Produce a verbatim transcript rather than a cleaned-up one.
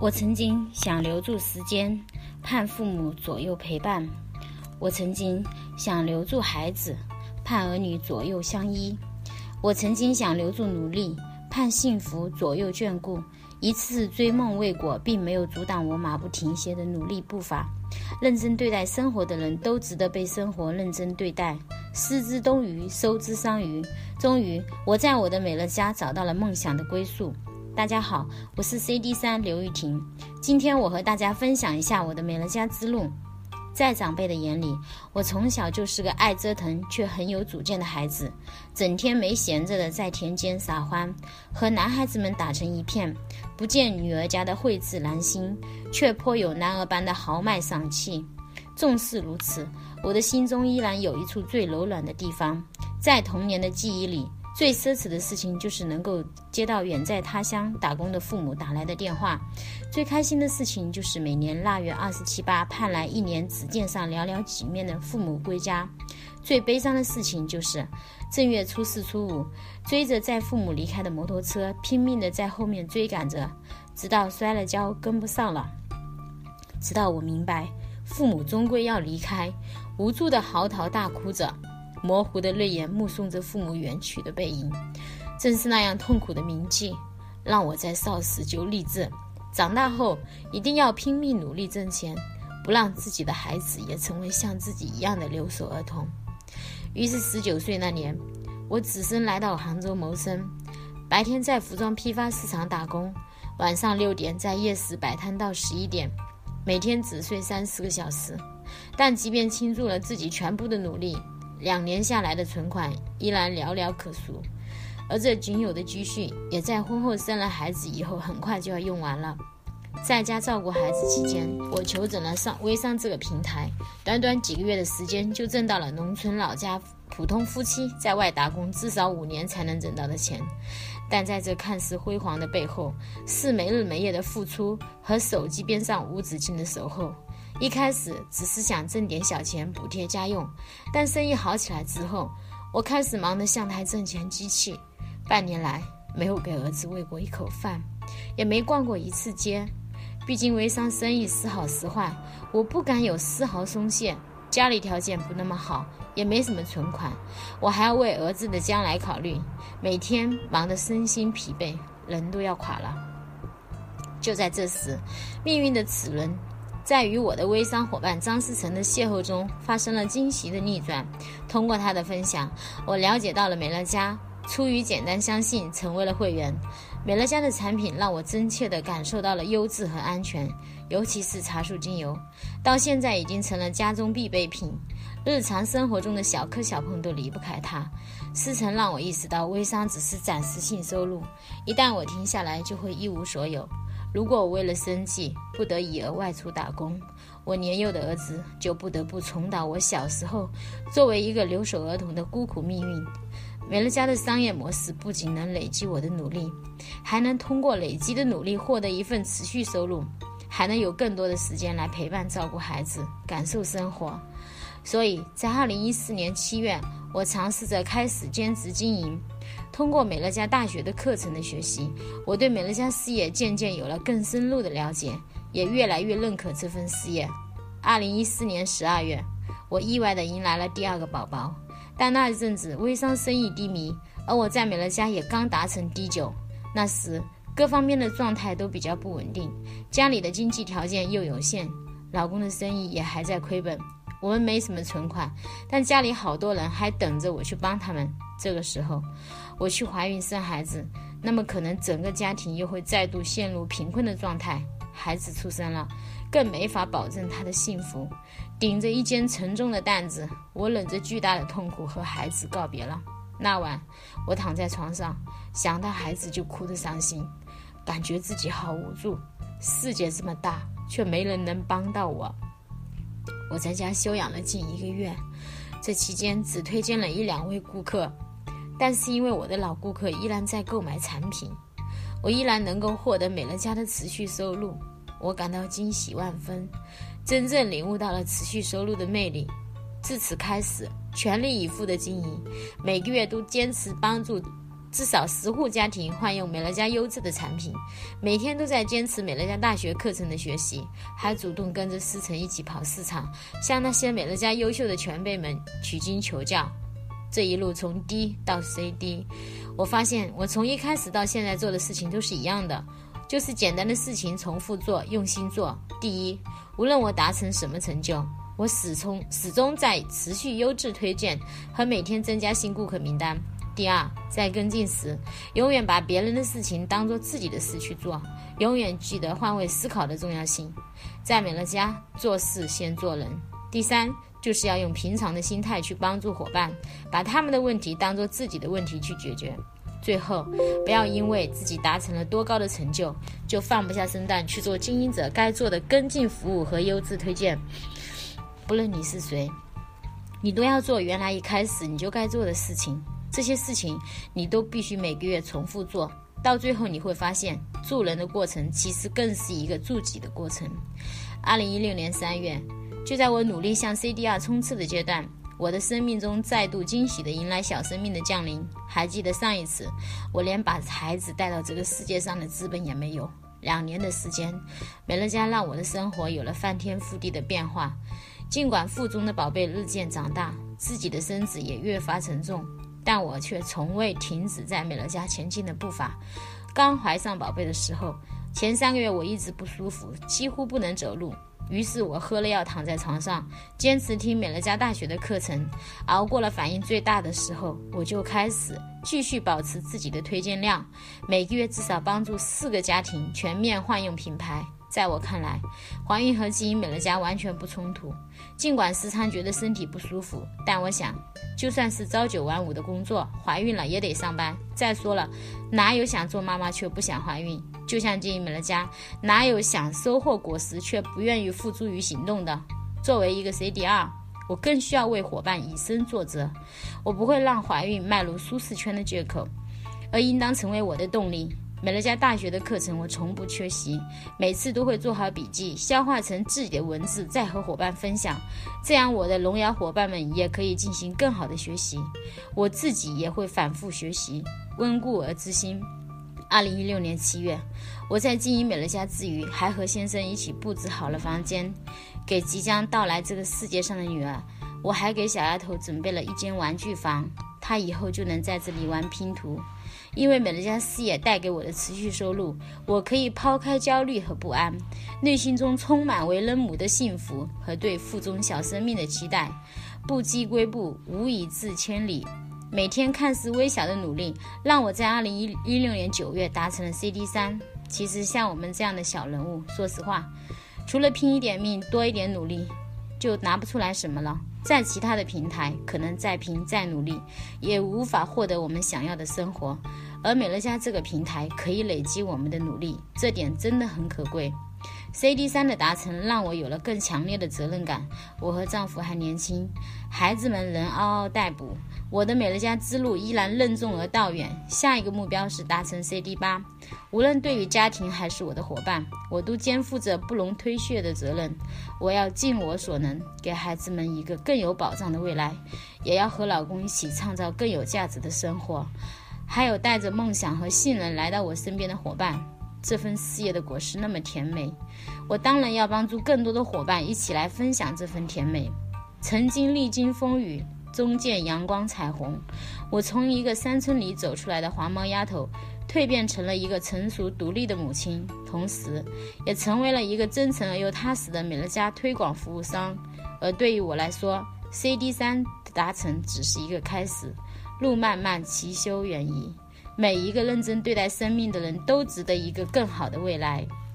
我曾经想留住时间，盼父母左右陪伴；我曾经想留住孩子，盼儿女左右相依；我曾经想留住努力，盼幸福左右眷顾。一次次追梦未果，并没有阻挡我马不停歇的努力步伐。认真对待生活的人都值得被生活认真对待。失之东隅，收之桑榆。终于，我在我的美乐家找到了梦想的归宿。大家好，我是 C D 三 刘玉婷。今天我和大家分享一下我的美乐家之路。在长辈的眼里，我从小就是个爱折腾却很有主见的孩子，整天没闲着的在田间撒欢，和男孩子们打成一片，不见女儿家的蕙质兰心，却颇有男儿般的豪迈爽气。纵使如此，我的心中依然有一处最柔软的地方。在童年的记忆里，最奢侈的事情就是能够接到远在他乡打工的父母打来的电话，最开心的事情就是每年腊月二十七八盼来一年只见上寥寥几面的父母归家，最悲伤的事情就是正月初四初五追着在父母离开的摩托车，拼命的在后面追赶着，直到摔了跤跟不上了，直到我明白父母终归要离开，无助的嚎啕大哭着，模糊的泪眼目送着父母远去的背影。正是那样痛苦的铭记，让我在少时就立志，长大后一定要拼命努力挣钱，不让自己的孩子也成为像自己一样的留守儿童。于是十九岁那年，我只身来到杭州谋生，白天在服装批发市场打工，晚上六点在夜市摆摊到十一点，每天只睡三四个小时。但即便倾注了自己全部的努力，两年下来的存款依然寥寥可数，而这仅有的积蓄也在婚后生了孩子以后很快就要用完了。在家照顾孩子期间，我求诊了上微商这个平台，短短几个月的时间就挣到了农村老家普通夫妻在外打工至少五年才能挣到的钱。但在这看似辉煌的背后，是没日没夜的付出和手机边上无止境的守候。一开始只是想挣点小钱补贴家用，但生意好起来之后，我开始忙得像台挣钱机器。半年来没有给儿子喂过一口饭，也没逛过一次街。毕竟微商生意时好时坏，我不敢有丝毫松懈。家里条件不那么好，也没什么存款，我还要为儿子的将来考虑，每天忙得身心疲惫，人都要垮了。就在这时，命运的齿轮在与我的微商伙伴张思成的邂逅中发生了惊喜的逆转。通过他的分享，我了解到了美乐家，出于简单相信成为了会员。美乐家的产品让我真切地感受到了优质和安全，尤其是茶树精油，到现在已经成了家中必备品，日常生活中的小磕小碰都离不开它。思成让我意识到微商只是暂时性收入，一旦我停下来就会一无所有。如果我为了生计不得已而外出打工，我年幼的儿子就不得不重蹈我小时候作为一个留守儿童的孤苦命运。美乐家的商业模式不仅能累积我的努力，还能通过累积的努力获得一份持续收入，还能有更多的时间来陪伴照顾孩子，感受生活。所以在二零一四年七月，我尝试着开始兼职经营。通过美乐家大学的课程的学习，我对美乐家事业渐渐有了更深入的了解，也越来越认可这份事业。二零一四年十二月，我意外地迎来了第二个宝宝，但那一阵子微商生意低迷，而我在美乐家也刚达成第九。那时各方面的状态都比较不稳定，家里的经济条件又有限，老公的生意也还在亏本，我们没什么存款，但家里好多人还等着我去帮他们。这个时候我去怀孕生孩子，那么可能整个家庭又会再度陷入贫困的状态。孩子出生了，更没法保证他的幸福。顶着一肩沉重的担子，我忍着巨大的痛苦和孩子告别了。那晚我躺在床上，想到孩子就哭得伤心，感觉自己好无助，世界这么大，却没人能帮到我。我在家休养了近一个月，这期间只推荐了一两位顾客，但是因为我的老顾客依然在购买产品，我依然能够获得美乐家的持续收入，我感到惊喜万分，真正领悟到了持续收入的魅力。自此开始全力以赴的经营，每个月都坚持帮助至少十户家庭换用美乐家优质的产品，每天都在坚持美乐家大学课程的学习，还主动跟着师承一起跑市场，向那些美乐家优秀的前辈们取经求教。这一路从 D 到 C D， 我发现我从一开始到现在做的事情都是一样的，就是简单的事情重复做，用心做。第一，无论我达成什么成就，我始终始终在持续优质推荐和每天增加新顾客名单。第二，在跟进时，永远把别人的事情当作自己的事去做，永远记得换位思考的重要性。在美乐家，做事先做人。第三，就是要用平常的心态去帮助伙伴，把他们的问题当作自己的问题去解决。最后，不要因为自己达成了多高的成就，就放不下身段去做经营者该做的跟进服务和优质推荐。不论你是谁，你都要做原来一开始你就该做的事情。这些事情你都必须每个月重复做，到最后你会发现，助人的过程其实更是一个助己的过程。二零一六年三月，就在我努力向 C D R 冲刺的阶段，我的生命中再度惊喜地迎来小生命的降临。还记得上一次，我连把孩子带到这个世界上的资本也没有。两年的时间，美乐家让我的生活有了翻天覆地的变化。尽管腹中的宝贝日渐长大，自己的身子也越发沉重，但我却从未停止在美乐家前进的步伐。刚怀上宝贝的时候，前三个月我一直不舒服，几乎不能走路。于是我喝了药，躺在床上，坚持听美乐家大学的课程。熬过了反应最大的时候，我就开始继续保持自己的推荐量，每个月至少帮助四个家庭全面换用品牌。在我看来，怀孕和经营美乐家完全不冲突。尽管时常觉得身体不舒服，但我想，就算是朝九晚五的工作，怀孕了也得上班。再说了，哪有想做妈妈却不想怀孕？就像经营美乐家，哪有想收获果实却不愿意付诸于行动的？作为一个 C D R， 我更需要为伙伴以身作则。我不会让怀孕迈入舒适圈的借口，而应当成为我的动力。美乐家大学的课程我从不缺席，每次都会做好笔记，消化成自己的文字，再和伙伴分享，这样我的龙瑶伙伴们也可以进行更好的学习，我自己也会反复学习，温故而知新。二零一六年七月，我在经营美乐家之余，还和先生一起布置好了房间，给即将到来这个世界上的女儿。我还给小丫头准备了一间玩具房，她以后就能在这里玩拼图。因为美乐家事业带给我的持续收入，我可以抛开焦虑和不安，内心中充满为人母的幸福和对腹中小生命的期待。不积跬步，无以至千里。每天看似微小的努力，让我在二零一六年九月达成了 C D 三。其实像我们这样的小人物，说实话，除了拼一点命，多一点努力，就拿不出来什么了。在其他的平台，可能再拼再努力，也无法获得我们想要的生活。而美乐家这个平台可以累积我们的努力，这点真的很可贵。C D 三 的达成让我有了更强烈的责任感。我和丈夫还年轻，孩子们仍嗷嗷待哺，我的美乐家之路依然任重而道远。下一个目标是达成 C D 八。无论对于家庭还是我的伙伴，我都肩负着不容推卸的责任。我要尽我所能，给孩子们一个更有保障的未来，也要和老公一起创造更有价值的生活。还有带着梦想和信任来到我身边的伙伴，这份事业的果实那么甜美，我当然要帮助更多的伙伴一起来分享这份甜美。曾经历经风雨，终见阳光彩虹。我从一个山村里走出来的黄毛丫头，蜕变成了一个成熟独立的母亲，同时也成为了一个真诚而又踏实的美乐家推广服务商。而对于我来说， C D 三 的达成只是一个开始，路漫漫其修远矣。每一个认真对待生命的人都值得一个更好的未来。